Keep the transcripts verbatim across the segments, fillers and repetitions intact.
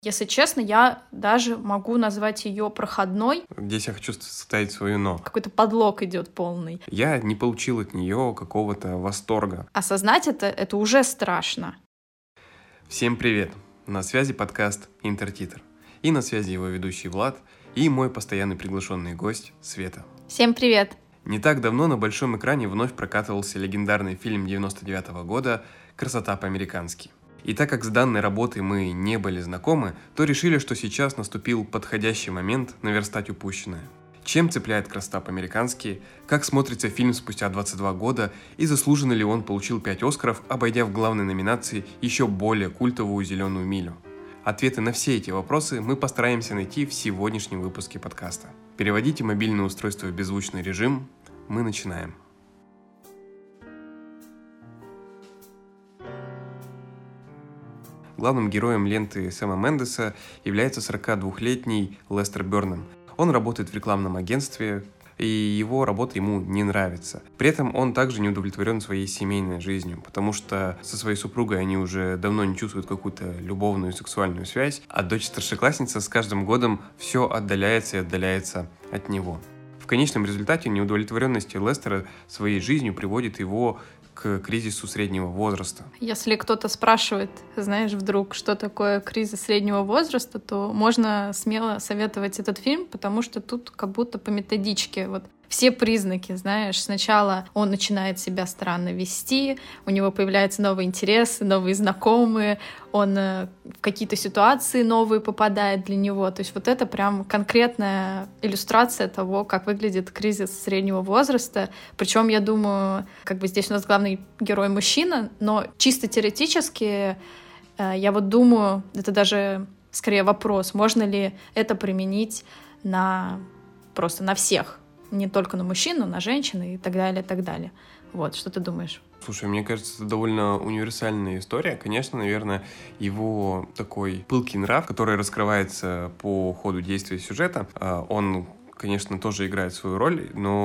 Если честно, я даже могу назвать ее проходной. Здесь я хочу ставить свою «но». Какой-то подлог идет полный. Я не получил от нее какого-то восторга. Осознать это, это уже страшно. Всем привет! На связи подкаст «Интертитр». И на связи его ведущий Влад и мой постоянный приглашенный гость Света. Всем привет! Не так давно на большом экране вновь прокатывался легендарный фильм девяносто девятого года «Красота по-американски». И так как с данной работой мы не были знакомы, то решили, что сейчас наступил подходящий момент наверстать упущенное. Чем цепляет красота по-американски, как смотрится фильм спустя двадцать два года и заслуженно ли он получил пять Оскаров, обойдя в главной номинации еще более культовую «Зеленую милю». Ответы на все эти вопросы мы постараемся найти в сегодняшнем выпуске подкаста. Переводите мобильное устройство в беззвучный режим. Мы начинаем. Главным героем ленты Сэма Мендеса является сорокадвухлетний Лестер Бернам. Он работает в рекламном агентстве, и его работа ему не нравится. При этом он также не удовлетворен своей семейной жизнью, потому что со своей супругой они уже давно не чувствуют какую-то любовную и сексуальную связь, а дочь-старшеклассница с каждым годом все отдаляется и отдаляется от него. В конечном результате неудовлетворенность Лестера своей жизнью приводит его к кризису среднего возраста. Если кто-то спрашивает, знаешь, вдруг, что такое кризис среднего возраста, то можно смело советовать этот фильм, потому что тут как будто по методичке вот все признаки, знаешь, сначала он начинает себя странно вести, у него появляются новые интересы, новые знакомые, он в какие-то ситуации новые попадает для него. То есть вот это прям конкретная иллюстрация того, как выглядит кризис среднего возраста. Причем, я думаю, как бы здесь у нас главный герой мужчина, но чисто теоретически я вот думаю, это даже скорее вопрос, можно ли это применить на просто на всех. Не только на мужчин, но на женщин и так далее, и так далее. Вот, что ты думаешь? Слушай, мне кажется, это довольно универсальная история. Конечно, наверное, его такой пылкий нрав, который раскрывается по ходу действия сюжета, он, конечно, тоже играет свою роль,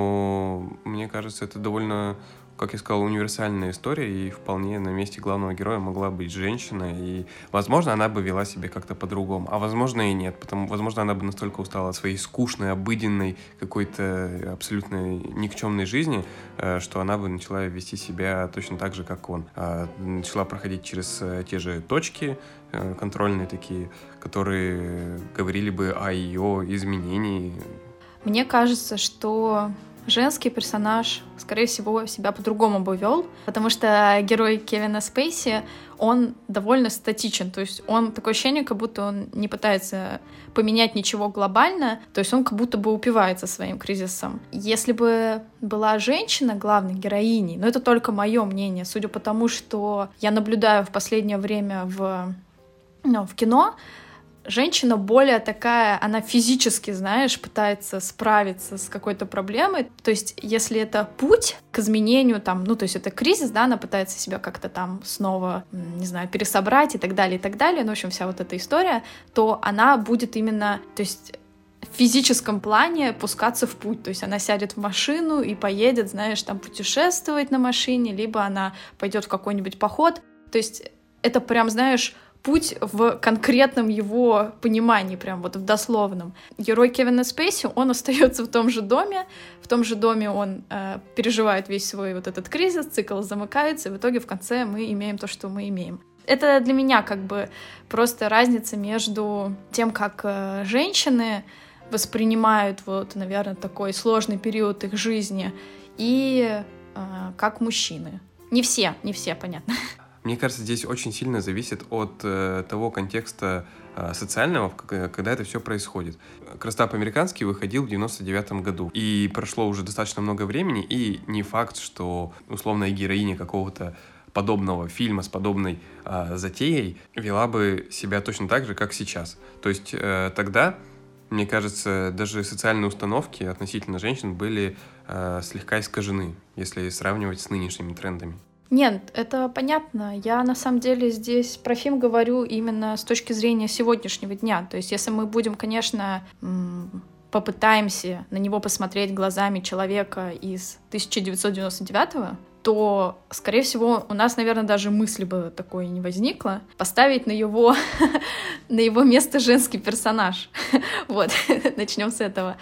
но мне кажется, это довольно, как я сказал, универсальная история, и вполне на месте главного героя могла быть женщина, и, возможно, она бы вела себя как-то по-другому, а возможно и нет, потому, возможно, она бы настолько устала от своей скучной, обыденной, какой-то абсолютно никчемной жизни, что она бы начала вести себя точно так же, как он. Начала проходить через те же точки контрольные такие, которые говорили бы о ее изменении. Мне кажется, что женский персонаж, скорее всего, себя по-другому бы вел, потому что герой Кевина Спейси, он довольно статичен, то есть он такое ощущение, как будто он не пытается поменять ничего глобально, то есть он как будто бы упивается своим кризисом. Если бы была женщина главной героиней, но это только мое мнение, судя по тому, что я наблюдаю в последнее время в, ну, в кино, женщина более такая, она физически, знаешь, пытается справиться с какой-то проблемой. То есть, если это путь к изменению, там, ну, то есть это кризис, да, она пытается себя как-то там снова, не знаю, пересобрать и так далее, и так далее, ну, в общем, вся вот эта история, то она будет именно, то есть в физическом плане пускаться в путь. То есть она сядет в машину и поедет, знаешь, там путешествовать на машине, либо она пойдет в какой-нибудь поход. То есть это прям, знаешь, путь в конкретном его понимании, прям вот в дословном. Герой Кевина Спейси, он остается в том же доме, в том же доме он э, переживает весь свой вот этот кризис, цикл замыкается, и в итоге в конце мы имеем то, что мы имеем. Это для меня как бы просто разница между тем, как э, женщины воспринимают вот, наверное, такой сложный период их жизни, и э, как мужчины. Не все, не все, понятно. Мне кажется, здесь очень сильно зависит от э, того контекста э, социального, когда это все происходит. «Красота по-американски» выходил в девяносто девятом году, и прошло уже достаточно много времени, и не факт, что условная героиня какого-то подобного фильма с подобной э, затеей вела бы себя точно так же, как сейчас. То есть э, тогда, мне кажется, даже социальные установки относительно женщин были э, слегка искажены, если сравнивать с нынешними трендами. Нет, это понятно. Я на самом деле здесь про фильм говорю именно с точки зрения сегодняшнего дня. То есть если мы будем, конечно, попытаемся на него посмотреть глазами человека из тысяча девятьсот девяносто девятого, то, скорее всего, у нас, наверное, даже мысли бы такой не возникло поставить на его, на его место женский персонаж. Вот, начнем с этого.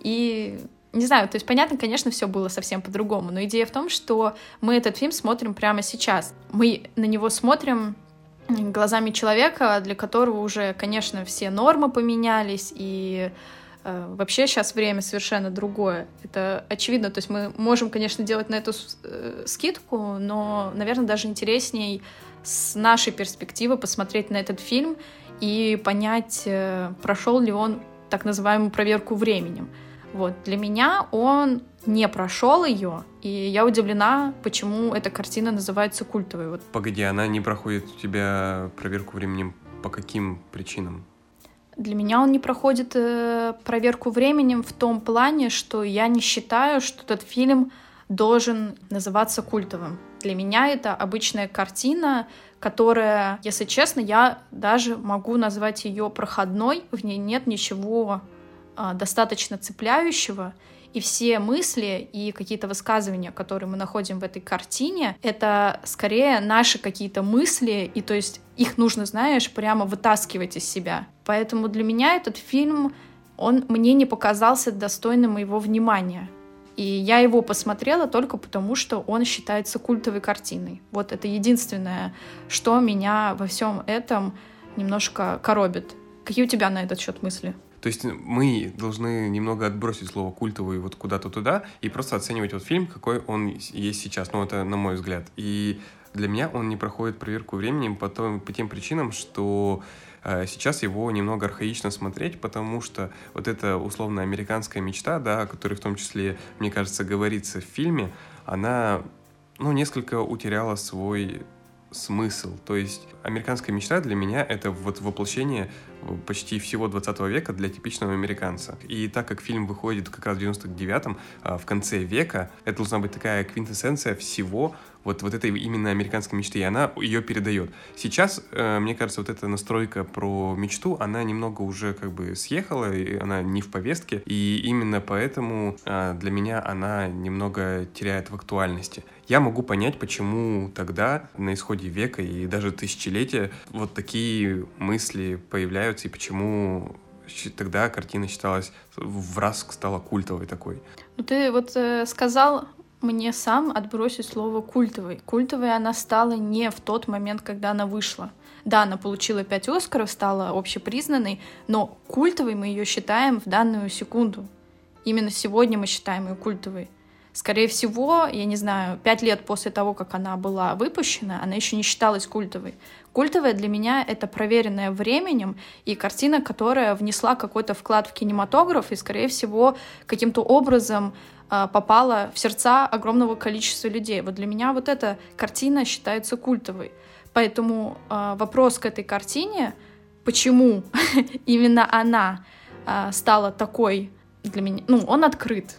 И не знаю, то есть понятно, конечно, все было совсем по-другому, но идея в том, что мы этот фильм смотрим прямо сейчас. Мы на него смотрим глазами человека, для которого уже, конечно, все нормы поменялись, и э, вообще сейчас время совершенно другое. Это очевидно, то есть мы можем, конечно, делать на эту э, скидку, но, наверное, даже интересней с нашей перспективы посмотреть на этот фильм и понять, э, прошел ли он так называемую проверку временем. Вот. Для меня он не прошел ее, и я удивлена, почему эта картина называется культовой. Вот. Погоди, она не проходит у тебя проверку временем по каким причинам? Для меня он не проходит э, проверку временем в том плане, что я не считаю, что этот фильм должен называться культовым. Для меня это обычная картина, которая, если честно, я даже могу назвать ее проходной, в ней нет ничего э, достаточно цепляющего, и все мысли и какие-то высказывания, которые мы находим в этой картине, это скорее наши какие-то мысли, и то есть их нужно, знаешь, прямо вытаскивать из себя. Поэтому для меня этот фильм, он мне не показался достойным моего внимания. И я его посмотрела только потому, что он считается культовой картиной. Вот это единственное, что меня во всем этом немножко коробит. Какие у тебя на этот счет мысли? То есть мы должны немного отбросить слово «культовый» вот куда-то туда и просто оценивать вот фильм, какой он есть сейчас. Ну, это на мой взгляд. И для меня он не проходит проверку временем по, том, по тем причинам, что э, сейчас его немного архаично смотреть, потому что вот эта условно американская мечта, да, о которой в том числе, мне кажется, говорится в фильме, она, ну, несколько утеряла свой смысл. То есть американская мечта для меня — это вот воплощение почти всего двадцатого века для типичного американца. И так как фильм выходит как раз в девяносто девятом, в конце века, это должна быть такая квинтэссенция всего вот, вот этой именно американской мечты, и она ее передает. Сейчас, мне кажется, вот эта настройка про мечту, она немного уже как бы съехала, и она не в повестке, и именно поэтому для меня она немного теряет в актуальности. Я могу понять, почему тогда, на исходе века и даже тысячелетия, вот такие мысли появляются, и почему тогда картина считалась, в раз стала культовой такой. Ну ты вот э, сказал мне сам отбросить слово «культовой». Культовой она стала не в тот момент, когда она вышла. Да, она получила пять Оскаров, стала общепризнанной, но культовой мы ее считаем в данную секунду. Именно сегодня мы считаем ее культовой. Скорее всего, я не знаю, пять лет после того, как она была выпущена, она еще не считалась культовой. Культовая для меня — это проверенная временем и картина, которая внесла какой-то вклад в кинематограф и, скорее всего, каким-то образом э, попала в сердца огромного количества людей. Вот для меня вот эта картина считается культовой. Поэтому э, вопрос к этой картине, почему именно она э, стала такой для меня, ну, он открыт.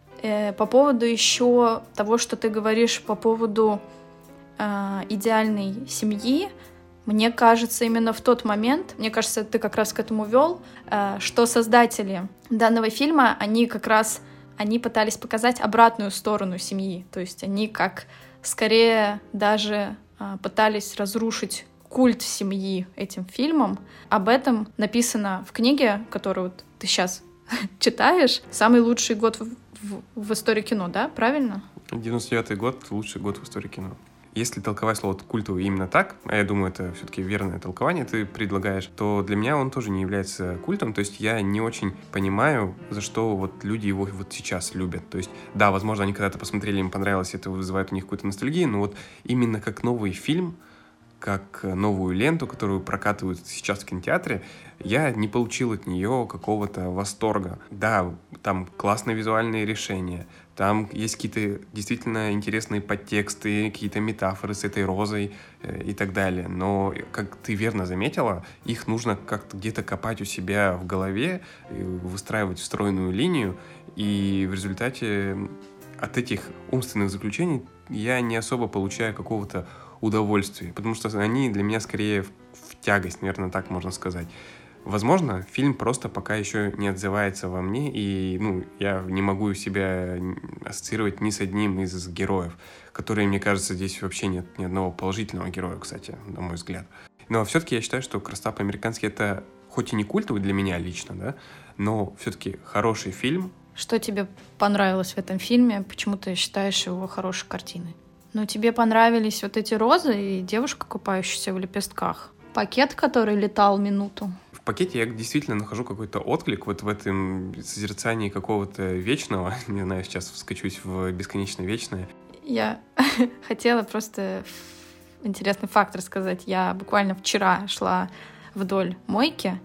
По поводу еще того, что ты говоришь по поводу э, идеальной семьи, мне кажется, именно в тот момент, мне кажется, ты как раз к этому вел, э, что создатели данного фильма, они как раз, они пытались показать обратную сторону семьи, то есть они как скорее даже э, пытались разрушить культ семьи этим фильмом. Об этом написано в книге, которую вот ты сейчас читаешь, «Самый лучший год в В, в истории кино, да? Правильно? девяносто девятый год — лучший год в истории кино. Если толковать слово «культовый» именно так, а я думаю, это все-таки верное толкование ты предлагаешь, то для меня он тоже не является культом. То есть я не очень понимаю, за что вот люди его вот сейчас любят. То есть, да, возможно, они когда-то посмотрели, им понравилось, это вызывает у них какую-то ностальгию, но вот именно как новый фильм, как новую ленту, которую прокатывают сейчас в кинотеатре, я не получил от нее какого-то восторга. Да, там классные визуальные решения, там есть какие-то действительно интересные подтексты, какие-то метафоры с этой розой э, и так далее. Но, как ты верно заметила, их нужно как-то где-то копать у себя в голове, выстраивать встроенную линию, и в результате от этих умственных заключений я не особо получаю какого-то удовольствия, потому что они для меня скорее в, в тягость, наверное, так можно сказать. Возможно, фильм просто пока еще не отзывается во мне, и ну, я не могу себя ассоциировать ни с одним из героев, которые, мне кажется, здесь вообще нет ни одного положительного героя, кстати, на мой взгляд. Но все-таки я считаю, что «Красота по-американски» — это хоть и не культовый для меня лично, да, но все-таки хороший фильм. Что тебе понравилось в этом фильме? Почему ты считаешь его хорошей картиной? Ну, тебе понравились вот эти розы и девушка, купающаяся в лепестках. Пакет, который летал минуту. В пакете я действительно нахожу какой-то отклик вот в этом созерцании какого-то вечного. Не знаю, сейчас вскочусь в бесконечно вечное. Я хотела просто интересный факт рассказать. Я буквально вчера шла вдоль мойки,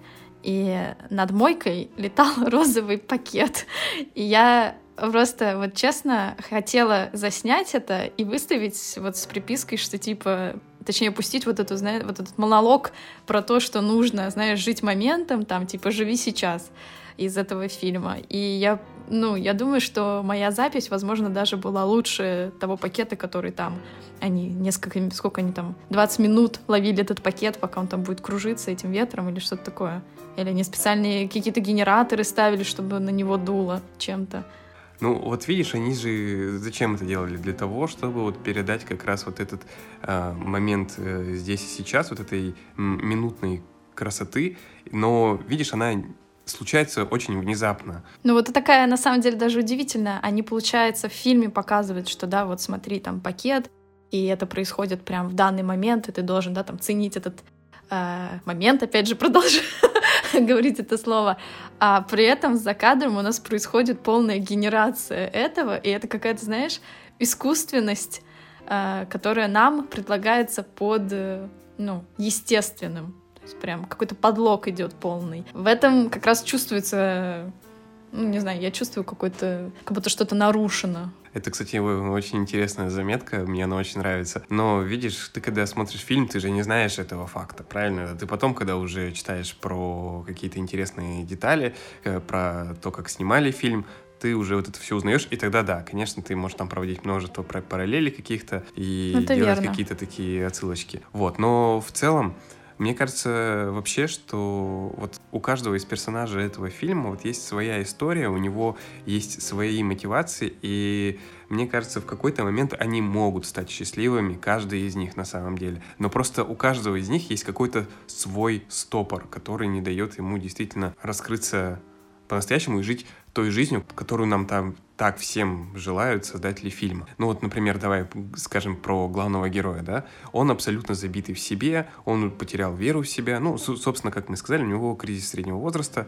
и над мойкой летал розовый пакет. И я просто, вот честно, хотела заснять это и выставить вот с припиской, что типа, точнее, пустить вот, эту, знаешь, вот этот монолог про то, что нужно, знаешь, жить моментом, там, типа, живи сейчас из этого фильма. И я, ну, я думаю, что моя запись, возможно, даже была лучше того пакета, который там, они несколько, сколько они там, двадцать минут ловили этот пакет, пока он там будет кружиться этим ветром или что-то такое. Или они специальные какие-то генераторы ставили, чтобы на него дуло чем-то. Ну, вот видишь, они же зачем это делали? Для того, чтобы вот передать как раз вот этот э, момент э, здесь и сейчас, вот этой м- минутной красоты. Но, видишь, она случается очень внезапно. Ну, вот это такая, на самом деле, даже удивительная. Они, получается, в фильме показывают, что, да, вот смотри, там пакет, и это происходит прям в данный момент, и ты должен, да, там ценить этот э, момент, опять же, продолжаю говорить это слово, а при этом за кадром у нас происходит полная генерация этого, и это какая-то, знаешь, искусственность, э, которая нам предлагается под, э, ну, естественным. То есть прям какой-то подлог идет полный. В этом как раз чувствуется, ну, не знаю, я чувствую какой-то, как будто что-то нарушено. Это, кстати, очень интересная заметка, мне она очень нравится. Но, видишь, ты когда смотришь фильм, ты же не знаешь этого факта, правильно? Ты потом, когда уже читаешь про какие-то интересные детали, про то, как снимали фильм, ты уже вот это все узнаешь, и тогда, да, конечно, ты можешь там проводить множество параллелей каких-то и это делать верно. Какие-то такие отсылочки. Вот, но в целом, мне кажется вообще, что вот у каждого из персонажей этого фильма вот есть своя история, у него есть свои мотивации, и мне кажется, в какой-то момент они могут стать счастливыми, каждый из них на самом деле. Но просто у каждого из них есть какой-то свой стопор, который не дает ему действительно раскрыться по-настоящему и жить той жизнью, которую нам там так всем желают создатели фильма. Ну вот, например, давай скажем про главного героя, да? Он абсолютно забитый в себе, он потерял веру в себя. Ну, собственно, как мы сказали, у него кризис среднего возраста,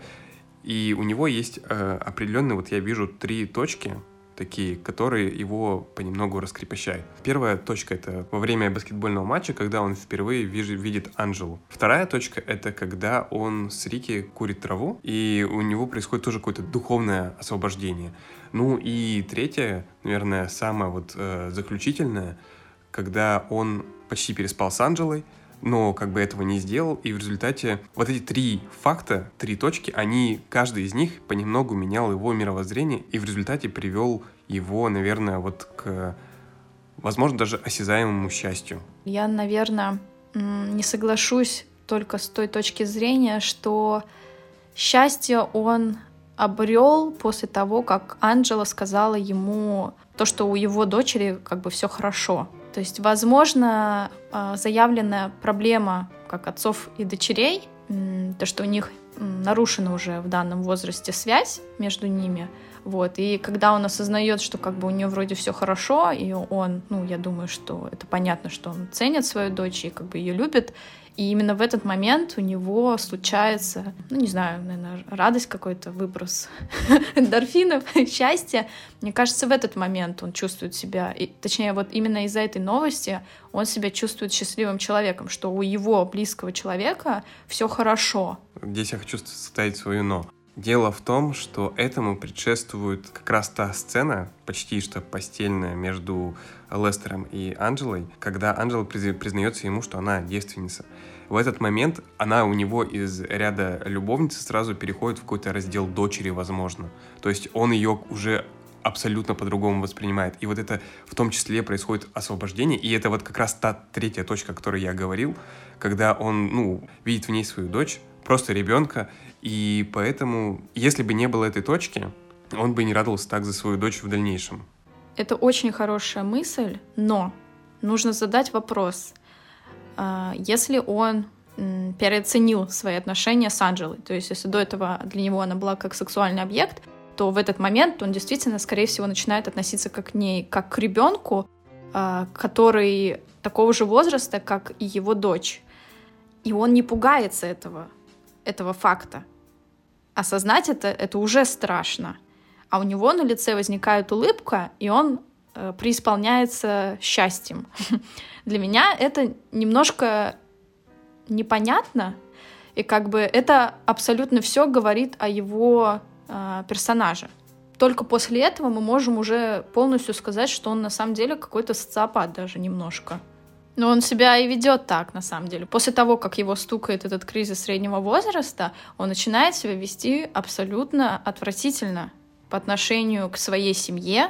и у него есть э, определенные, вот я вижу, три точки, такие, которые его понемногу раскрепощают. Первая точка — это во время баскетбольного матча, когда он впервые видит Анджелу. Вторая точка — это когда он с Рики курит траву, и у него происходит тоже какое-то духовное освобождение. Ну и третья, наверное, самая вот э, заключительная, когда он почти переспал с Анджелой, но как бы этого не сделал, и в результате вот эти три факта, три точки, они, каждый из них понемногу менял его мировоззрение, и в результате привел его, наверное, вот к, возможно, даже осязаемому счастью. Я, наверное, не соглашусь только с той точки зрения, что счастье он обрел после того, как Анджела сказала ему то, что у его дочери как бы все хорошо. То есть, возможно, заявленная проблема как отцов и дочерей, то, что у них нарушена уже в данном возрасте связь между ними, вот, и когда он осознает, что как бы у нее вроде все хорошо, и он, ну, я думаю, что это понятно, что он ценит свою дочь и как бы ее любит, и именно в этот момент у него случается, ну, не знаю, наверное, радость какой-то, выброс эндорфинов, счастье. Мне кажется, в этот момент он чувствует себя, и, точнее, вот именно из-за этой новости он себя чувствует счастливым человеком, что у его близкого человека все хорошо. Здесь я хочу ставить свое «но». Дело в том, что этому предшествует как раз та сцена, почти что постельная, между Лестером и Анджелой, когда Анджела признается ему, что она девственница. В этот момент она у него из ряда любовниц сразу переходит в какой-то раздел дочери, возможно. То есть он ее уже абсолютно по-другому воспринимает. И вот это в том числе происходит освобождение. И это вот как раз та третья точка, о которой я говорил, когда он, ну, видит в ней свою дочь, просто ребенка, и поэтому, если бы не было этой точки, он бы не радовался так за свою дочь в дальнейшем. Это очень хорошая мысль, но нужно задать вопрос. Если он переоценил свои отношения с Анджелой, то есть если до этого для него она была как сексуальный объект, то в этот момент он действительно, скорее всего, начинает относиться как к ней, как к ребенку, который такого же возраста, как и его дочь. И он не пугается этого, этого факта. Осознать это, это уже страшно. А у него на лице возникает улыбка, и он э, преисполняется счастьем. Для меня это немножко непонятно, и как бы это абсолютно все говорит о его э, персонаже. Только после этого мы можем уже полностью сказать, что он на самом деле какой-то социопат даже немножко. Но он себя и ведет так, на самом деле. После того, как его стукает этот кризис среднего возраста, он начинает себя вести абсолютно отвратительно по отношению к своей семье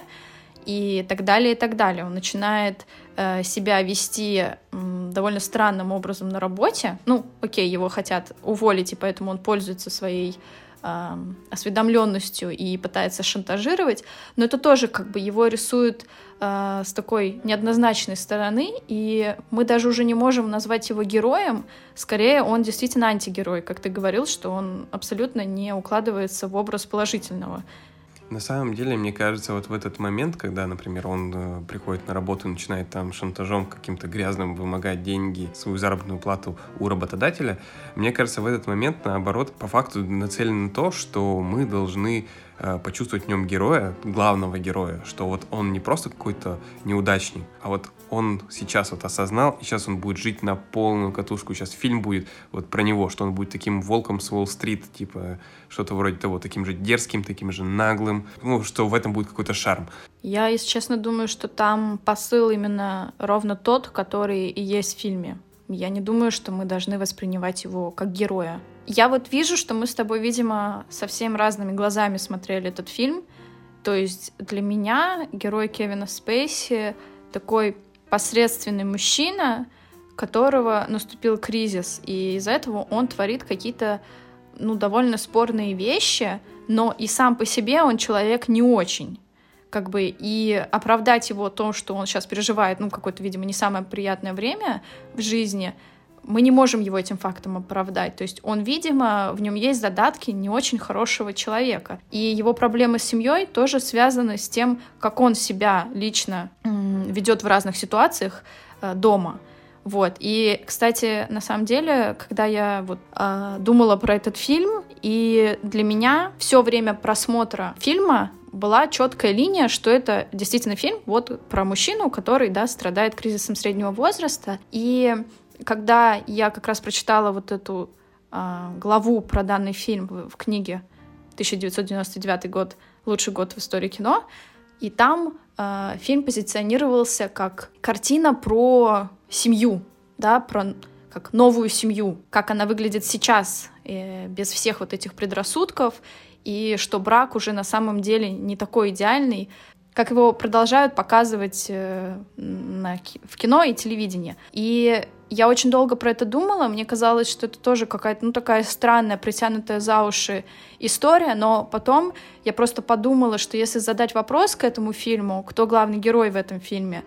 и так далее, и так далее. Он начинает э, себя вести э, довольно странным образом на работе. Ну, окей, его хотят уволить, и поэтому он пользуется своей э, осведомленностью и пытается шантажировать, но это тоже как бы его рисует э, с такой неоднозначной стороны, и мы даже уже не можем назвать его героем. Скорее, он действительно антигерой, как ты говорил, что он абсолютно не укладывается в образ положительного. На самом деле, мне кажется, вот в этот момент, когда, например, он э, приходит на работу и начинает там шантажом каким-то грязным вымогать деньги, свою заработную плату у работодателя, мне кажется, в этот момент, наоборот, по факту нацелено на то, что мы должны э, почувствовать в нем героя, главного героя, что вот он не просто какой-то неудачник, а вот он сейчас вот осознал, и сейчас он будет жить на полную катушку. Сейчас фильм будет вот про него, что он будет таким волком с Уолл-стрит, типа что-то вроде того, таким же дерзким, таким же наглым, ну, что в этом будет какой-то шарм. Я, если честно, думаю, что там посыл именно ровно тот, который и есть в фильме. Я не думаю, что мы должны воспринимать его как героя. Я вот вижу, что мы с тобой, видимо, совсем разными глазами смотрели этот фильм. То есть для меня герой Кевина Спейси такой посредственный мужчина, которого наступил кризис, и из-за этого он творит какие-то, ну, довольно спорные вещи, но и сам по себе он человек не очень. Как бы и оправдать его то, что он сейчас переживает, ну, какое-то, видимо, не самое приятное время в жизни, мы не можем его этим фактом оправдать. То есть он, видимо, в нем есть задатки не очень хорошего человека. И его проблемы с семьей тоже связаны с тем, как он себя лично ведет в разных ситуациях э, дома. Вот. И, кстати, на самом деле, когда я вот, э, думала про этот фильм, и для меня все время просмотра фильма была четкая линия, что это действительно фильм вот про мужчину, который, да, страдает кризисом среднего возраста. И когда я как раз прочитала вот эту э, главу про данный фильм в, в книге тысяча девятьсот девяносто девятый год «Лучший год в истории кино», и там э, фильм позиционировался как картина про семью, да, про как новую семью, как она выглядит сейчас, э, без всех вот этих предрассудков, и что брак уже на самом деле не такой идеальный, как его продолжают показывать э, на, в кино и телевидении. И я очень долго про это думала, мне казалось, что это тоже какая-то, ну, такая странная, притянутая за уши история, но потом я просто подумала, что если задать вопрос к этому фильму, кто главный герой в этом фильме,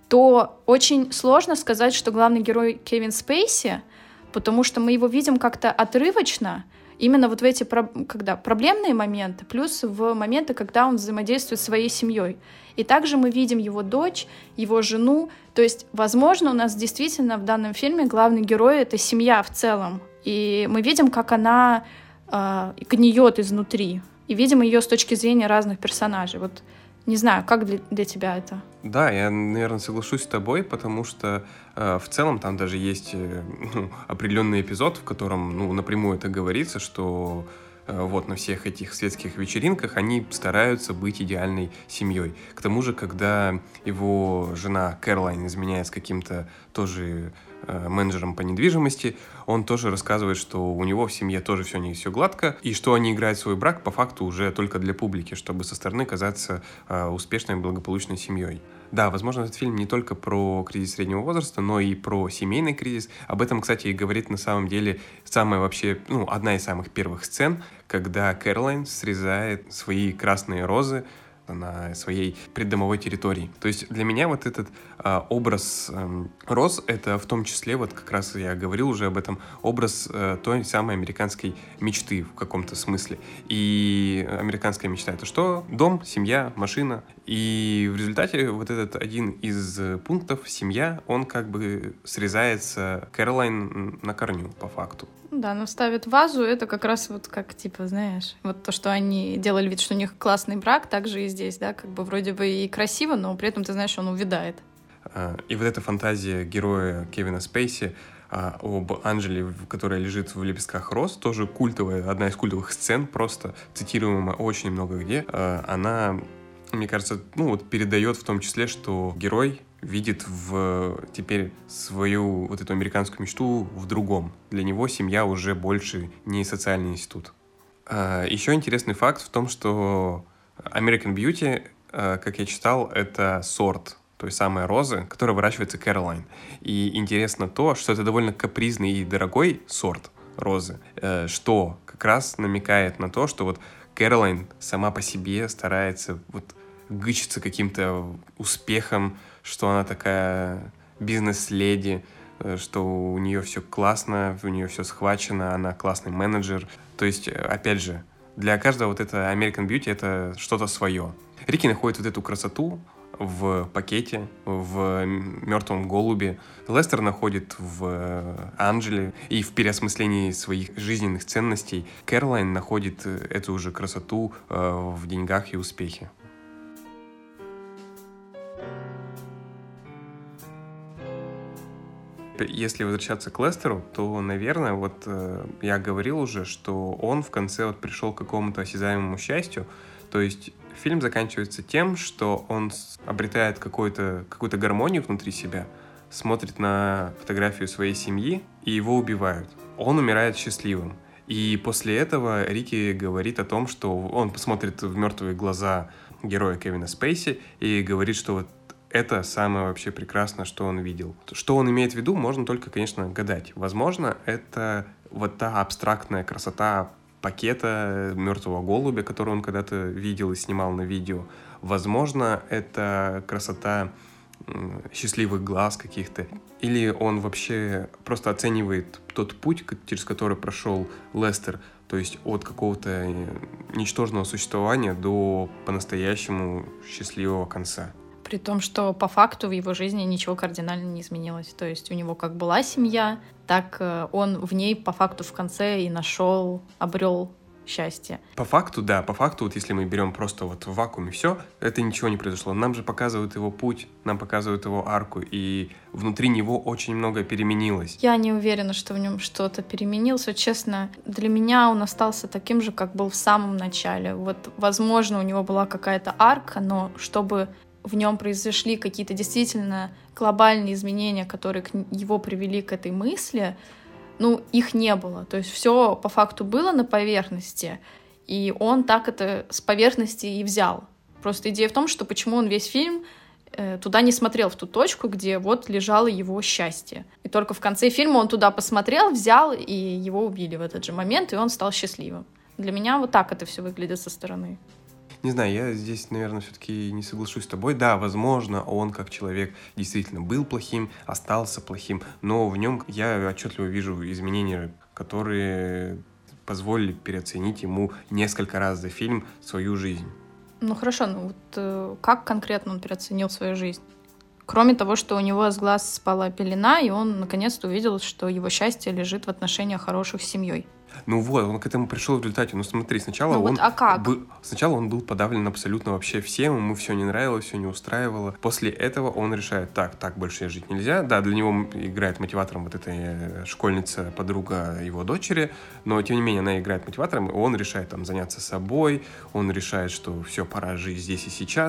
то очень сложно сказать, что главный герой Кевин Спейси, потому что мы его видим как-то отрывочно, именно вот в эти когда, проблемные моменты, плюс в моменты, когда он взаимодействует со своей семьей. И также мы видим его дочь, его жену. То есть, возможно, у нас действительно в данном фильме главный герой — это семья в целом. И мы видим, как она э, гниет изнутри. И видим ее с точки зрения разных персонажей. Вот не знаю, как для, для тебя это? Да, я, наверное, соглашусь с тобой, потому что э, в целом там даже есть э, ну, определенный эпизод, в котором, ну, напрямую это говорится, что э, вот на всех этих светских вечеринках они стараются быть идеальной семьей. К тому же, когда его жена Кэролайн изменяет с каким-то тоже э, менеджером по недвижимости, он тоже рассказывает, что у него в семье тоже все не все гладко, и что они играют свой брак по факту уже только для публики, чтобы со стороны казаться э, успешной и благополучной семьей. Да, возможно, этот фильм не только про кризис среднего возраста, но и про семейный кризис. Об этом, кстати, и говорит на самом деле самая вообще, ну, одна из самых первых сцен, когда Кэролайн срезает свои красные розы на своей преддомовой территории. То есть для меня вот этот а, образ а, роз, это в том числе, вот как раз я говорил уже об этом, образ а, той самой американской мечты в каком-то смысле. И американская мечта — это что? Дом, семья, машина. И в результате вот этот один из пунктов, семья, он как бы срезается Кэролайн на корню, по факту. Да, но ставит вазу, это как раз вот как, типа, знаешь, вот то, что они делали вид, что у них классный брак, так же и здесь, да, как бы вроде бы и красиво, но при этом, ты знаешь, он увядает. И вот эта фантазия героя Кевина Спейси об Анджеле, которая лежит в лепестках роз, тоже культовая, одна из культовых сцен, просто цитируемая очень много где. Она, мне кажется, ну вот передает в том числе, что герой видит в теперь свою вот эту американскую мечту в другом. Для него семья уже больше не социальный институт. Еще интересный факт в том, что American Beauty, как я читал, это сорт той самой розы, которая выращивается Кэролайн. И интересно то, что это довольно капризный и дорогой сорт розы, что как раз намекает на то, что вот Кэролайн сама по себе старается вот гычиться каким-то успехом, что она такая бизнес-леди, что у нее все классно, у нее все схвачено, она классный менеджер. То есть, опять же, для каждого вот это American Beauty — это что-то свое. Рики находит вот эту красоту в пакете, в мертвом голубе. Лестер находит в Анджеле и в переосмыслении своих жизненных ценностей. Кэролайн находит эту уже красоту в деньгах и успехе. Если возвращаться к Лестеру, то, наверное, вот э, я говорил уже, что он в конце вот пришел к какому-то осязаемому счастью. То есть фильм заканчивается тем, что он обретает какую-то, какую-то гармонию внутри себя, смотрит на фотографию своей семьи, и его убивают. Он умирает счастливым. И после этого Рики говорит о том, что он посмотрит в мертвые глаза героя Кевина Спейси и говорит, что вот это самое вообще прекрасное, что он видел. Что он имеет в виду, можно только, конечно, гадать. Возможно, это вот та абстрактная красота пакета мертвого голубя, который он когда-то видел и снимал на видео. Возможно, это красота счастливых глаз каких-то. Или он вообще просто оценивает тот путь, через который прошел Лестер, то есть от какого-то ничтожного существования до по-настоящему счастливого конца. При том, что по факту в его жизни ничего кардинально не изменилось. То есть у него как была семья, так он в ней по факту в конце и нашел, обрел счастье. По факту, да, по факту, вот если мы берем просто вот в вакууме все, это ничего не произошло. Нам же показывают его путь, нам показывают его арку, и внутри него очень много переменилось. Я не уверена, что в нем что-то переменилось. Вот, честно, для меня он остался таким же, как был в самом начале. Вот, возможно, у него была какая-то арка, но чтобы в нем произошли какие-то действительно глобальные изменения, которые к его привели к этой мысли, ну, их не было. То есть все по факту было на поверхности, и он так это с поверхности и взял. Просто идея в том, что почему он весь фильм э, туда не смотрел, в ту точку, где вот лежало его счастье. И только в конце фильма он туда посмотрел, взял, и его убили в этот же момент, и он стал счастливым. Для меня вот так это все выглядит со стороны. Не знаю, я здесь, наверное, все-таки не соглашусь с тобой. Да, возможно, он как человек действительно был плохим, остался плохим, но в нем я отчетливо вижу изменения, которые позволили переоценить ему несколько раз за фильм свою жизнь. Ну хорошо, ну вот э, как конкретно он переоценил свою жизнь? Кроме того, что у него с глаз спала пелена, и он наконец-то увидел, что его счастье лежит в отношениях хороших с семьей. Ну вот, он к этому пришел в результате. Ну смотри, сначала ну, он вот, а как? был, сначала он был подавлен абсолютно вообще всем, ему все не нравилось, все не устраивало. После этого он решает, так, так больше жить нельзя. Да, для него играет мотиватором вот эта школьница, подруга его дочери, но тем не менее она играет мотиватором, и он решает там заняться собой, он решает, что все, пора жить здесь и сейчас.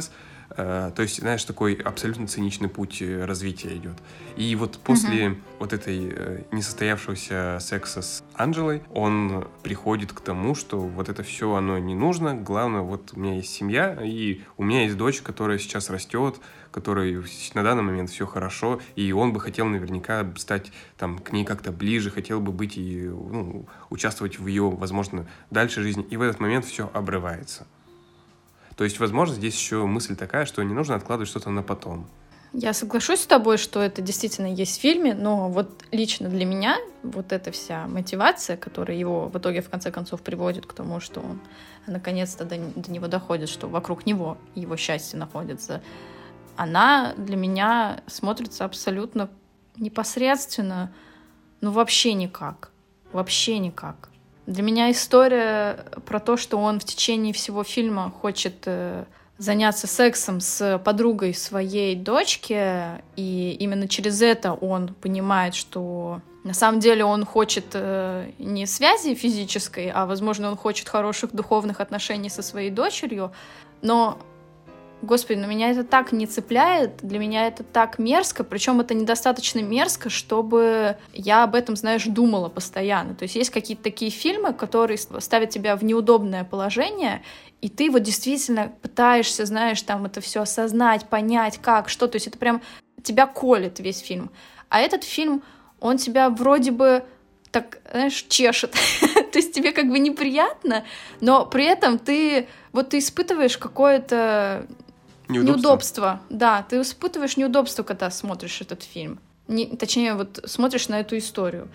Э, то есть, знаешь, такой абсолютно циничный путь развития идет. И вот после mm-hmm. вот этой э, несостоявшегося секса с Анджелой он приходит к тому, что вот это все, оно не нужно. Главное, вот у меня есть семья, и у меня есть дочь, которая сейчас растет, которой на данный момент все хорошо, и он бы хотел наверняка стать там к ней как-то ближе, хотел бы быть и ну, участвовать в ее, возможно, дальше жизни. И в этот момент все обрывается. То есть, возможно, здесь еще мысль такая, что не нужно откладывать что-то на потом. Я соглашусь с тобой, что это действительно есть в фильме, но вот лично для меня вот эта вся мотивация, которая его в итоге в конце концов приводит к тому, что он наконец-то до, до него доходит, что вокруг него его счастье находится, она для меня смотрится абсолютно непосредственно, ну вообще никак, вообще никак. Для меня история про то, что он в течение всего фильма хочет заняться сексом с подругой своей дочки, и именно через это он понимает, что на самом деле он хочет не связи физической, а, возможно, он хочет хороших духовных отношений со своей дочерью, но, господи, ну меня это так не цепляет, для меня это так мерзко, причем это недостаточно мерзко, чтобы я об этом, знаешь, думала постоянно. То есть есть какие-то такие фильмы, которые ставят тебя в неудобное положение, и ты вот действительно пытаешься, знаешь, там это все осознать, понять, как, что, то есть это прям тебя колет весь фильм. А этот фильм, он тебя вроде бы так, знаешь, чешет. То есть тебе как бы неприятно, но при этом ты вот ты испытываешь какое-то неудобство. неудобство. Да, ты испытываешь неудобство, когда смотришь этот фильм. Не, точнее, вот смотришь на эту историю.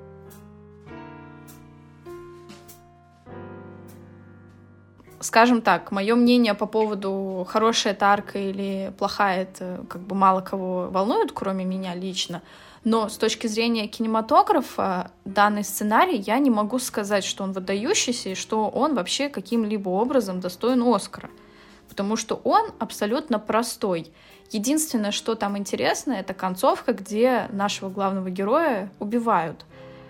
Скажем так, мое мнение по поводу, хорошая это арка или плохая, это как бы мало кого волнует, кроме меня лично. Но с точки зрения кинематографа данный сценарий я не могу сказать, что он выдающийся и что он вообще каким-либо образом достоин Оскара. Потому что он абсолютно простой. Единственное, что там интересно, это концовка, где нашего главного героя убивают.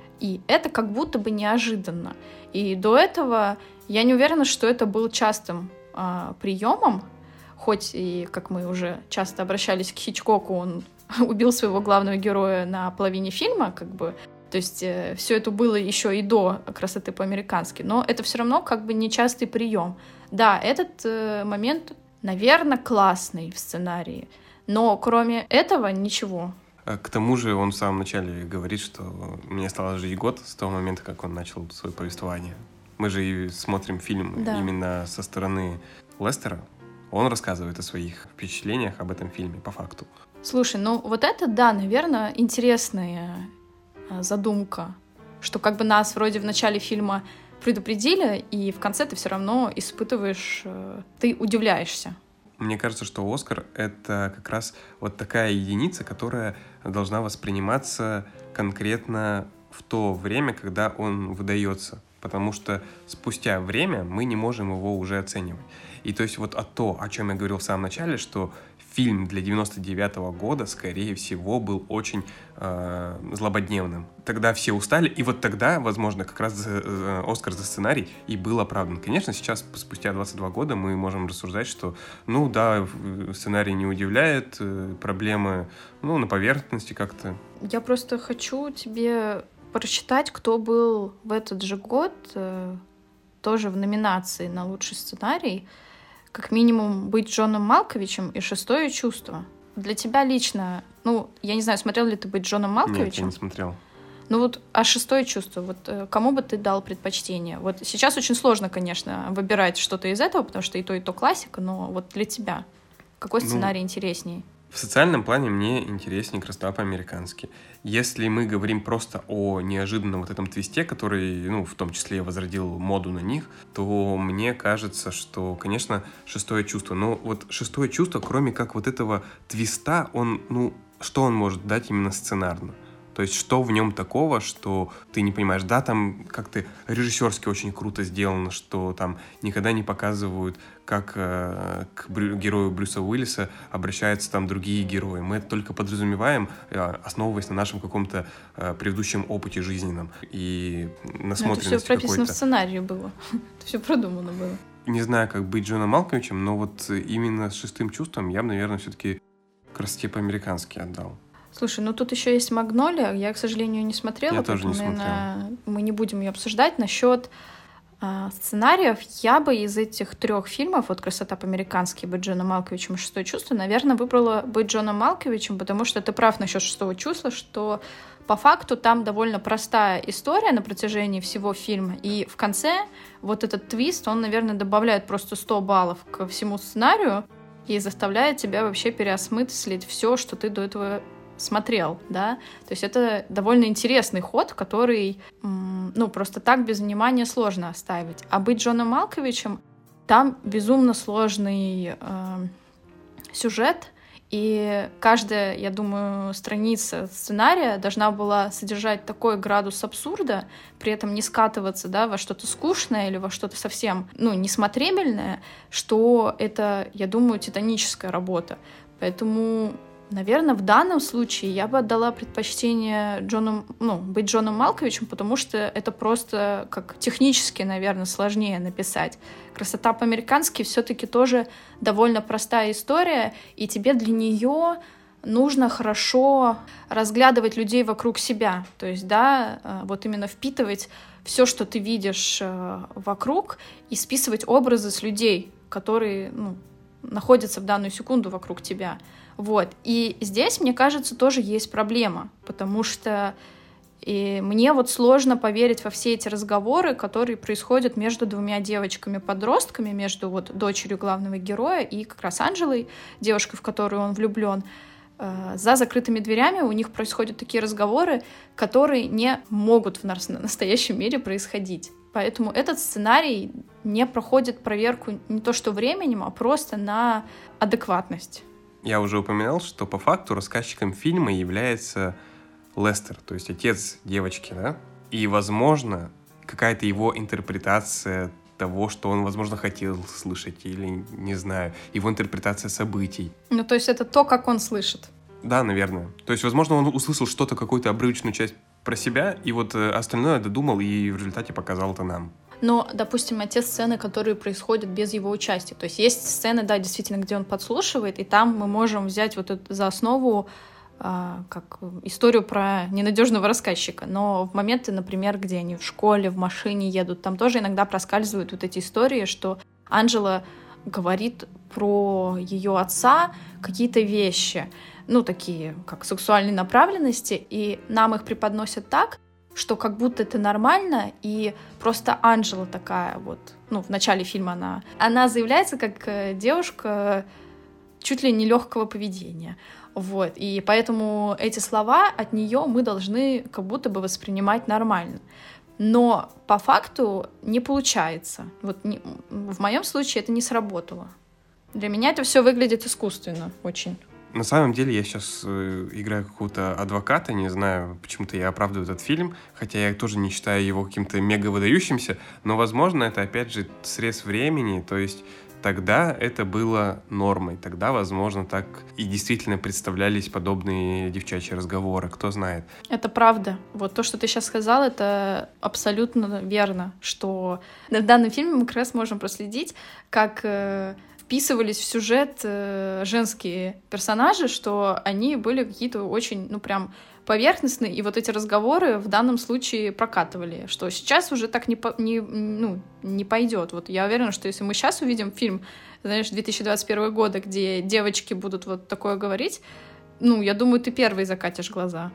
И это как будто бы неожиданно. И до этого я не уверена, что это был частым э, приемом, хоть и, как мы уже часто обращались к Хичкоку, он убил своего главного героя на половине фильма, как бы, то есть э, все это было еще и до «Красоты по-американски», но это все равно как бы нечастый прием. Да, этот э, момент, наверное, классный в сценарии, но кроме этого ничего. К тому же он в самом начале говорит, что мне осталось жить год с того момента, как он начал свое повествование. Мы же и смотрим фильм да. именно со стороны Лестера. Он рассказывает о своих впечатлениях об этом фильме, по факту. Слушай, ну вот это, да, наверное, интересная задумка, что как бы нас вроде в начале фильма предупредили, и в конце ты все равно испытываешь, ты удивляешься. Мне кажется, что «Оскар» — это как раз вот такая единица, которая должна восприниматься конкретно в то время, когда он выдается. Потому что спустя время мы не можем его уже оценивать. И то есть вот о то, о чем я говорил в самом начале, что фильм для девяносто девятого года, скорее всего, был очень э, злободневным. Тогда все устали, и вот тогда, возможно, как раз э, Оскар за сценарий и был оправдан. Конечно, сейчас, спустя двадцать два года, мы можем рассуждать, что, ну да, сценарий не удивляет, э, проблемы, ну, на поверхности как-то. Я просто хочу тебе прочитать, кто был в этот же год э, тоже в номинации на лучший сценарий. Как минимум быть Джоном Малковичем и «Шестое чувство». Для тебя лично, ну, я не знаю, смотрел ли ты быть Джоном Малковичем? Нет, я не смотрел. Ну вот, а «Шестое чувство», вот кому бы ты дал предпочтение? Вот сейчас очень сложно, конечно, выбирать что-то из этого, потому что и то, и то классика, но вот для тебя какой сценарий ну, интересней? В социальном плане мне интереснее «Красота по-американски». Если мы говорим просто о неожиданном вот этом твисте, который, ну, в том числе возродил моду на них, то мне кажется, что, конечно, «Шестое чувство». Но вот «Шестое чувство», кроме как вот этого твиста, он, ну, что он может дать именно сценарно? То есть что в нем такого, что ты не понимаешь? Да, там как-то режиссерски очень круто сделано, что там никогда не показывают, как э, к брю- герою Брюса Уиллиса обращаются там другие герои. Мы это только подразумеваем, э, основываясь на нашем каком-то э, предыдущем опыте жизненном и насмотренности какой-то. Это все прописано в сценарии было. Это все продумано было. не знаю, как быть Джоном Малковичем, но вот именно с «Шестым чувством» я бы, наверное, все-таки «Красоте по-американски» отдал. Слушай, ну тут еще есть «Магнолия», я, к сожалению, не смотрела, я тоже поэтому, не наверное, смотрел. мы не будем ее обсуждать. Насчет э, сценариев, я бы из этих трех фильмов, вот «Красота по-американски», «Быть Джоном Малковичем» и «Шестое чувство», наверное, выбрала «Быть Джоном Малковичем», потому что ты прав насчет «Шестого чувства», что по факту там довольно простая история на протяжении всего фильма, и в конце вот этот твист, он, наверное, добавляет просто сто баллов ко всему сценарию и заставляет тебя вообще переосмыслить все, что ты до этого смотрел, да, то есть это довольно интересный ход, который, ну, просто так без внимания сложно оставить. А «Быть Джоном Малковичем» там безумно сложный э, сюжет, и каждая, я думаю, страница сценария должна была содержать такой градус абсурда, при этом не скатываться, да, во что-то скучное или во что-то совсем, ну, несмотрибельное, что это, я думаю, титаническая работа. Поэтому, наверное, в данном случае я бы отдала предпочтение Джону, ну, «Быть Джоном Малковичем», потому что это просто как технически, наверное, сложнее написать. «Красота по-американски» все-таки тоже довольно простая история, и тебе для нее нужно хорошо разглядывать людей вокруг себя. То есть, да, вот именно впитывать все, что ты видишь вокруг, и списывать образы с людей, которые, ну, находятся в данную секунду вокруг тебя. Вот. И здесь, мне кажется, тоже есть проблема, потому что и мне вот сложно поверить во все эти разговоры, которые происходят между двумя девочками-подростками, между вот дочерью главного героя и как раз Анжелой, девушкой, в которую он влюблен. За закрытыми дверями у них происходят такие разговоры, которые не могут в настоящем мире происходить. Поэтому этот сценарий не проходит проверку не то что временем, а просто на адекватность. Я уже упоминал, что по факту рассказчиком фильма является Лестер, то есть отец девочки, да? И, возможно, какая-то его интерпретация того, что он, возможно, хотел слышать, или, не знаю, его интерпретация событий. Ну, то есть это то, как он слышит. Да, наверное. То есть, возможно, он услышал что-то, какую-то обрывочную часть про себя, и вот остальное додумал, и в результате показал это нам. Но, допустим, те сцены, которые происходят без его участия. То есть есть сцены, да, действительно, где он подслушивает, и там мы можем взять вот это за основу а, как историю про ненадежного рассказчика. Но в моменты, например, где они в школе, в машине едут, там тоже иногда проскальзывают вот эти истории, что Анжела говорит про ее отца какие-то вещи, ну, такие, как сексуальной направленности, и нам их преподносят так, что как будто это нормально, и просто Анжела такая вот, ну, в начале фильма она, она заявляется как девушка чуть ли не легкого поведения, вот, и поэтому эти слова от нее мы должны как будто бы воспринимать нормально. Но по факту не получается. Вот не, в моем случае это не сработало. Для меня это все выглядит искусственно очень. На самом деле я сейчас э, играю какого-то адвоката, не знаю, почему-то я оправдываю этот фильм, хотя я тоже не считаю его каким-то мега выдающимся, но, возможно, это, опять же, срез времени, то есть тогда это было нормой, тогда, возможно, так и действительно представлялись подобные девчачьи разговоры, кто знает. Это правда. Вот то, что ты сейчас сказал, это абсолютно верно, что в данном фильме мы как раз можем проследить, как э, вписывались в сюжет э, женские персонажи, что они были какие-то очень, ну, прям поверхностные, и вот эти разговоры в данном случае прокатывали, что сейчас уже так не, по, не, ну, не пойдет. Вот я уверена, что если мы сейчас увидим фильм, знаешь, две тысячи двадцать первого года, где девочки будут вот такое говорить, ну, я думаю, ты первый закатишь глаза.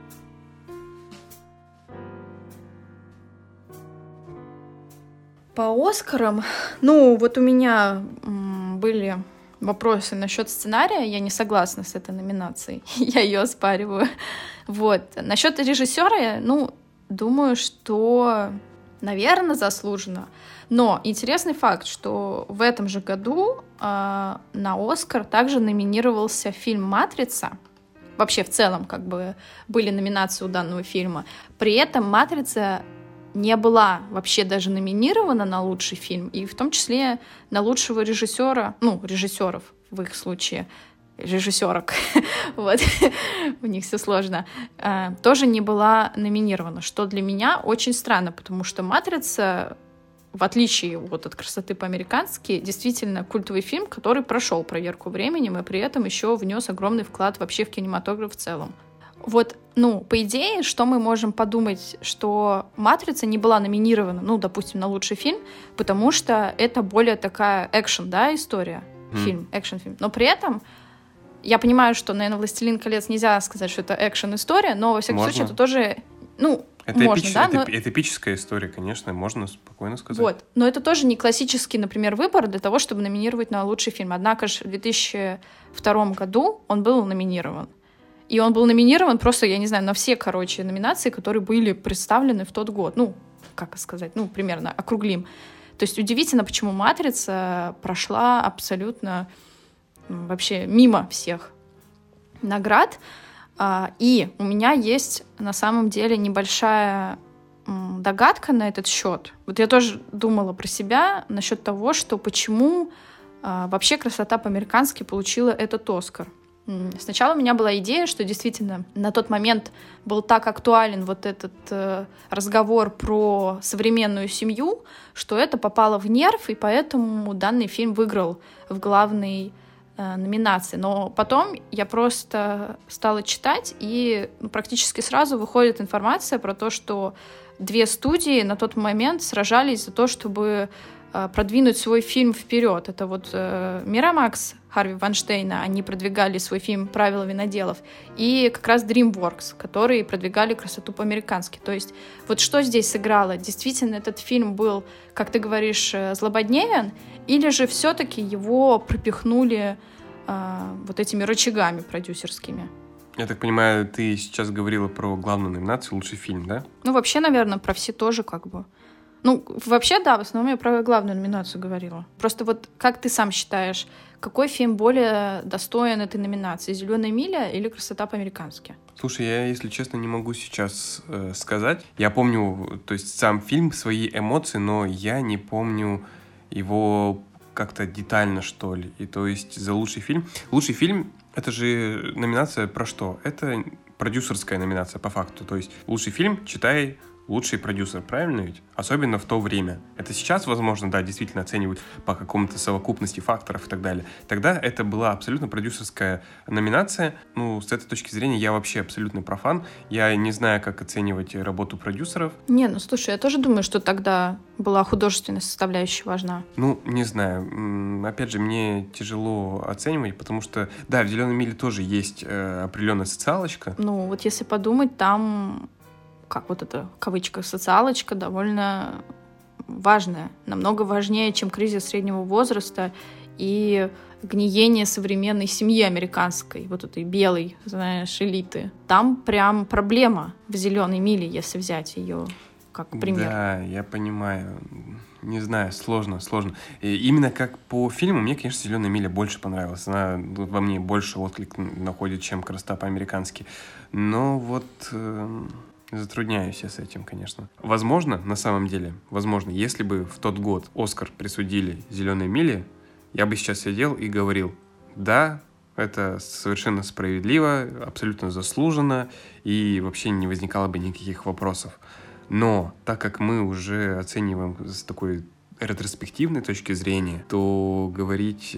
По Оскарам, ну, вот у меня м, были вопросы насчет сценария, я не согласна с этой номинацией, я ее оспариваю. Вот. Насчет режиссера, ну, думаю, что, наверное, заслуженно. Но интересный факт, что в этом же году э, на Оскар также номинировался фильм «Матрица». Вообще, в целом, как бы, были номинации у данного фильма. При этом «Матрица» не была вообще даже номинирована на лучший фильм, и в том числе на лучшего режиссера, ну, режиссеров в их случае, режиссерок, вот, у них все сложно, тоже не была номинирована, что для меня очень странно, потому что «Матрица», в отличие вот от «Красоты по-американски», действительно культовый фильм, который прошел проверку временем и при этом еще внес огромный вклад вообще в кинематограф в целом. Вот, ну, по идее, что мы можем подумать, что «Матрица» не была номинирована, ну, допустим, на лучший фильм, потому что это более такая экшен, да, история, mm. фильм, экшен-фильм. Но при этом я понимаю, что, наверное, «Властелин колец» нельзя сказать, что это экшен-история, но, во всяком можно. случае, это тоже, ну, это можно, эпич... да? Это, но... это эпическая история, конечно, можно спокойно сказать. Вот, но это тоже не классический, например, выбор для того, чтобы номинировать на лучший фильм. Однако же в две тысячи втором году он был номинирован. И он был номинирован просто, я не знаю, на все, короче, номинации, которые были представлены в тот год. Ну, как сказать, ну, примерно округлим. То есть удивительно, почему «Матрица» прошла абсолютно вообще мимо всех наград. И у меня есть на самом деле небольшая догадка на этот счет. Вот я тоже думала про себя насчет того, что почему вообще «Красота по-американски» получила этот «Оскар». Сначала у меня была идея, что действительно на тот момент был так актуален вот этот э, разговор про современную семью, что это попало в нерв, и поэтому данный фильм выиграл в главной э, номинации. Но потом я просто стала читать, и ну, практически сразу выходит информация про то, что две студии на тот момент сражались за то, чтобы продвинуть свой фильм вперед. Это вот э, Miramax Харви Вайнштейна, они продвигали свой фильм «Правила виноделов», и как раз DreamWorks, которые продвигали «Красоту по-американски». То есть вот что здесь сыграло? Действительно, этот фильм был, как ты говоришь, злободневен, или же все-таки его пропихнули э, вот этими рычагами продюсерскими? Я так понимаю, ты сейчас говорила про главную номинацию «Лучший фильм», да? Ну, вообще, наверное, про все тоже как бы. Ну, вообще, да, в основном я про главную номинацию говорила. Просто вот как ты сам считаешь, какой фильм более достоин этой номинации? «Зеленая миля» или «Красота по-американски»? Слушай, я, если честно, не могу сейчас э, сказать. Я помню, то есть сам фильм, свои эмоции, но я не помню его как-то детально, что ли. И то есть за лучший фильм... Лучший фильм — это же номинация про что? Это продюсерская номинация, по факту. То есть лучший фильм, читай... лучший продюсер, правильно ведь? Особенно в то время. Это сейчас, возможно, да, действительно оценивают по какому-то совокупности факторов и так далее. Тогда это была абсолютно продюсерская номинация. Ну, с этой точки зрения я вообще абсолютно профан. Я не знаю, как оценивать работу продюсеров. Не, ну слушай, я тоже думаю, что тогда была художественная составляющая важна. Ну, не знаю. Опять же, мне тяжело оценивать, потому что, да, в «Зеленой миле» тоже есть э, определенная социалочка. Ну, вот если подумать, там... как вот эта, в кавычках, социалочка довольно важная, намного важнее, чем кризис среднего возраста и гниение современной семьи американской, вот этой белой, знаешь, элиты. Там прям проблема в «Зеленой миле», если взять ее как пример. Да, я понимаю. Не знаю, сложно, сложно. И именно как по фильму, мне, конечно, «Зеленая миля» больше понравилась. Она во мне больше отклик находит, чем «Красота по-американски». Но вот... Э... Затрудняюсь я с этим, конечно. Возможно, на самом деле, возможно, если бы в тот год «Оскар» присудили «Зеленой миле», я бы сейчас сидел и говорил, да, это совершенно справедливо, абсолютно заслуженно, и вообще не возникало бы никаких вопросов. Но так как мы уже оцениваем с такой ретроспективной точки зрения, то говорить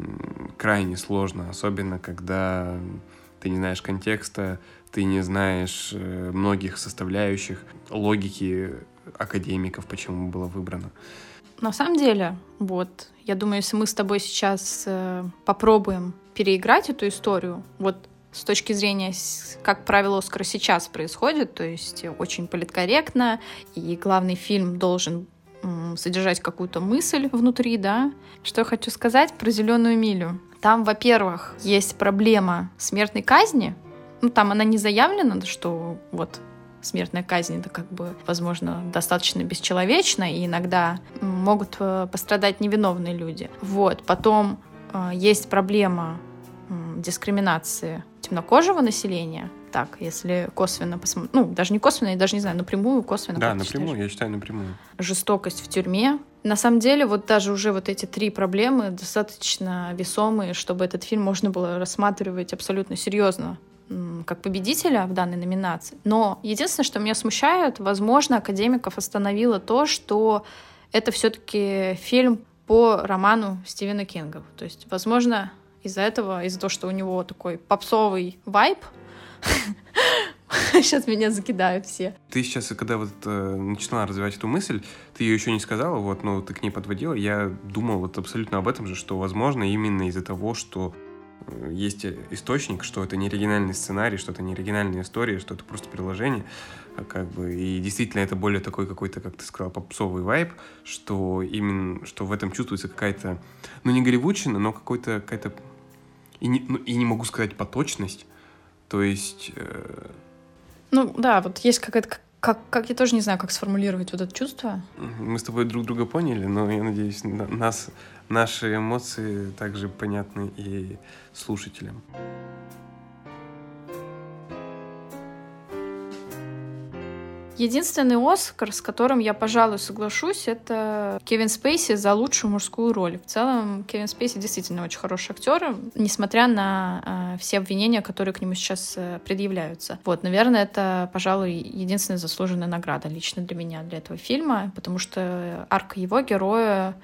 крайне сложно, особенно когда ты не знаешь контекста, ты не знаешь э, многих составляющих, логики академиков, почему было выбрано. На самом деле, вот, я думаю, если мы с тобой сейчас э, попробуем переиграть эту историю, вот с точки зрения, как правило, «Оскар» сейчас происходит, то есть очень политкорректно, и главный фильм должен м, содержать какую-то мысль внутри, да. Что я хочу сказать про «Зеленую милю». Там, во-первых, есть проблема смертной казни. Ну, там она не заявлена, что вот смертная казнь — это как бы, возможно, достаточно бесчеловечно, и иногда могут пострадать невиновные люди. Вот. Потом э, есть проблема э, дискриминации темнокожего населения. Так, если косвенно посмотреть, ну, даже не косвенно, я даже не знаю, напрямую, косвенно. Да, напрямую, я считаю, напрямую. Жестокость в тюрьме. На самом деле, вот даже уже вот эти три проблемы достаточно весомые, чтобы этот фильм можно было рассматривать абсолютно серьезно как победителя в данной номинации. Но единственное, что меня смущает, возможно, академиков остановило то, что это все-таки фильм по роману Стивена Кинга. То есть, возможно, из-за этого, из-за того, что у него такой попсовый вайб, сейчас меня закидают все. Ты сейчас, когда вот э, начала развивать эту мысль, ты ее еще не сказала, вот, но ты к ней подводила, я думал вот абсолютно об этом же, что, возможно, именно из-за того, что э, есть источник, что это не оригинальный сценарий, что это не оригинальная история, что это просто приложение, как бы, и действительно это более такой какой-то, как ты сказала, попсовый вайб, что именно, что в этом чувствуется какая-то, ну, не голливудщина, но какой-то, какая-то, и не, ну, и не могу сказать поточность, то есть... Э, Ну да, вот есть какая-то, как, как я тоже не знаю, как сформулировать вот это чувство. Мы с тобой друг друга поняли, но я надеюсь, нас, наши эмоции также понятны и слушателям. Единственный Оскар, с которым я, пожалуй, соглашусь, это Кевин Спейси за лучшую мужскую роль. В целом, Кевин Спейси действительно очень хороший актер, несмотря на э, все обвинения, которые к нему сейчас э, предъявляются. Вот, наверное, это, пожалуй, единственная заслуженная награда лично для меня, для этого фильма, потому что арка его героя,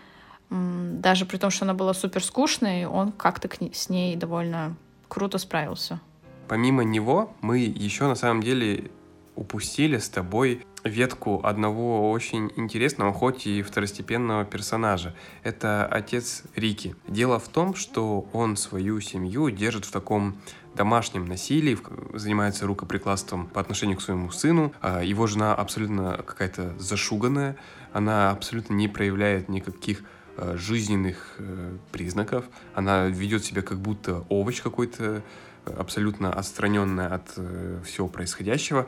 м, даже при том, что она была супер скучной, он как-то к ней, с ней довольно круто справился. Помимо него, мы еще на самом деле упустили с тобой ветку одного очень интересного, хоть и второстепенного персонажа. Это отец Рики. Дело в том, что он свою семью держит в таком домашнем насилии, занимается рукоприкладством по отношению к своему сыну. Его жена абсолютно какая-то зашуганная, она абсолютно не проявляет никаких жизненных признаков, она ведет себя как будто овощ какой-то, абсолютно отстраненная от э, всего происходящего.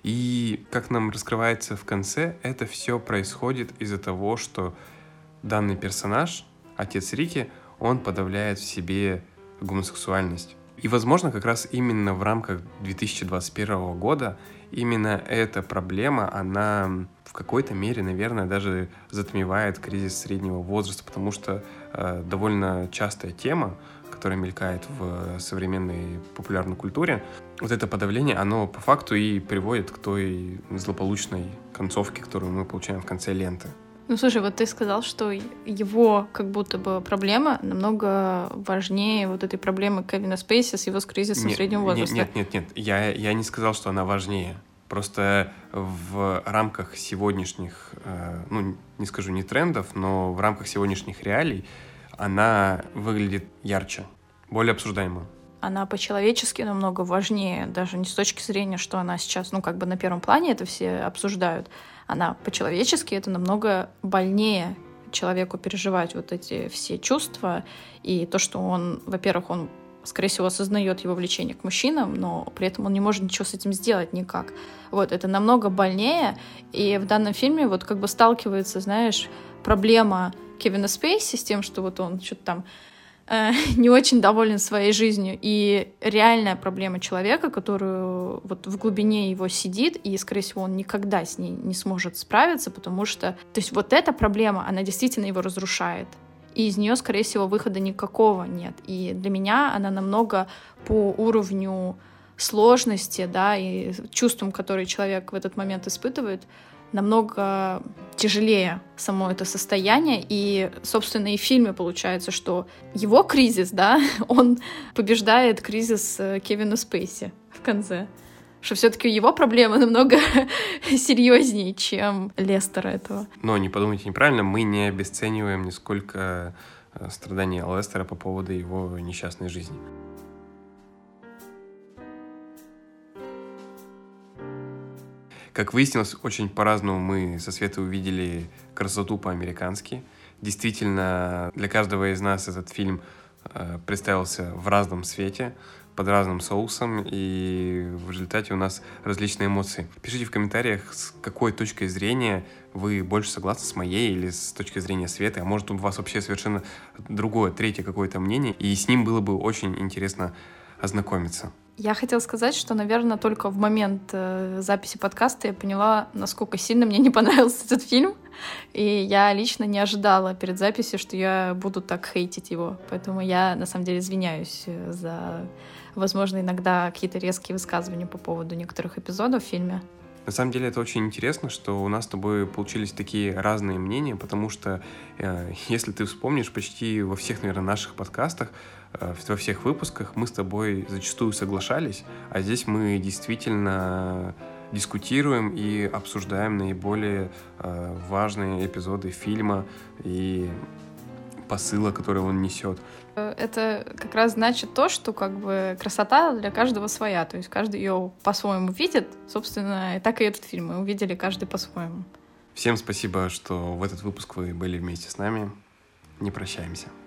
И, как нам раскрывается в конце, это все происходит из-за того, что данный персонаж, отец Рики, он подавляет в себе гомосексуальность. И, возможно, как раз именно в рамках две тысячи двадцать первого года именно эта проблема, она в какой-то мере, наверное, даже затмевает кризис среднего возраста, потому что э, довольно частая тема, которая мелькает в современной популярной культуре, вот это подавление, оно по факту и приводит к той злополучной концовке, которую мы получаем в конце ленты. Ну, слушай, вот ты сказал, что его как будто бы проблема намного важнее вот этой проблемы Кевина Спейси с его с кризисом нет, среднего возраста. Нет, нет, нет, нет. Я, я не сказал, что она важнее. Просто в рамках сегодняшних, ну, не скажу не трендов, но в рамках сегодняшних реалий она выглядит ярче, более обсуждаемо. Она по-человечески намного важнее, даже не с точки зрения, что она сейчас, ну, как бы на первом плане это все обсуждают. Она по-человечески это намного больнее человеку переживать вот эти все чувства. И то, что он, во-первых, он, скорее всего, осознает его влечение к мужчинам, но при этом он не может ничего с этим сделать никак. Вот, это намного больнее. И в данном фильме вот как бы сталкивается, знаешь, проблема Кевина Спейси с тем, что вот он что-то там э, не очень доволен своей жизнью, и реальная проблема человека, которую вот в глубине его сидит, и, скорее всего, он никогда с ней не сможет справиться, потому что, то есть вот эта проблема, она действительно его разрушает, и из нее, скорее всего, выхода никакого нет. И для меня она намного по уровню сложности, да, и чувствам, которые человек в этот момент испытывает, намного тяжелее само это состояние. И, собственно, и в фильме получается, что его кризис, да, он побеждает кризис Кевина Спейси в конце. Что все-таки его проблемы намного серьезнее, чем Лестера этого. Но не подумайте неправильно, мы не обесцениваем нисколько страдания Лестера по поводу его несчастной жизни. Как выяснилось, очень по-разному мы со Светой увидели красоту по-американски. Действительно, для каждого из нас этот фильм э, представился в разном свете, под разным соусом, и в результате у нас различные эмоции. Пишите в комментариях, с какой точкой зрения вы больше согласны с моей или с точки зрения Светы, а может у вас вообще совершенно другое, третье какое-то мнение, и с ним было бы очень интересно ознакомиться. Я хотела сказать, что, наверное, только в момент э, записи подкаста я поняла, насколько сильно мне не понравился этот фильм. И я лично не ожидала перед записью, что я буду так хейтить его. Поэтому я, на самом деле, извиняюсь за, возможно, иногда какие-то резкие высказывания по поводу некоторых эпизодов в фильме. На самом деле это очень интересно, что у нас с тобой получились такие разные мнения, потому что, э, если ты вспомнишь, почти во всех, наверное, наших подкастах, э, во всех выпусках мы с тобой зачастую соглашались, а здесь мы действительно дискутируем и обсуждаем наиболее э, важные эпизоды фильма и посыла, который он несет. Это как раз значит то, что как бы красота для каждого своя, то есть каждый ее по-своему видит, собственно, и так и этот фильм мы увидели каждый по-своему. Всем спасибо, что в этот выпуск вы были вместе с нами. Не прощаемся.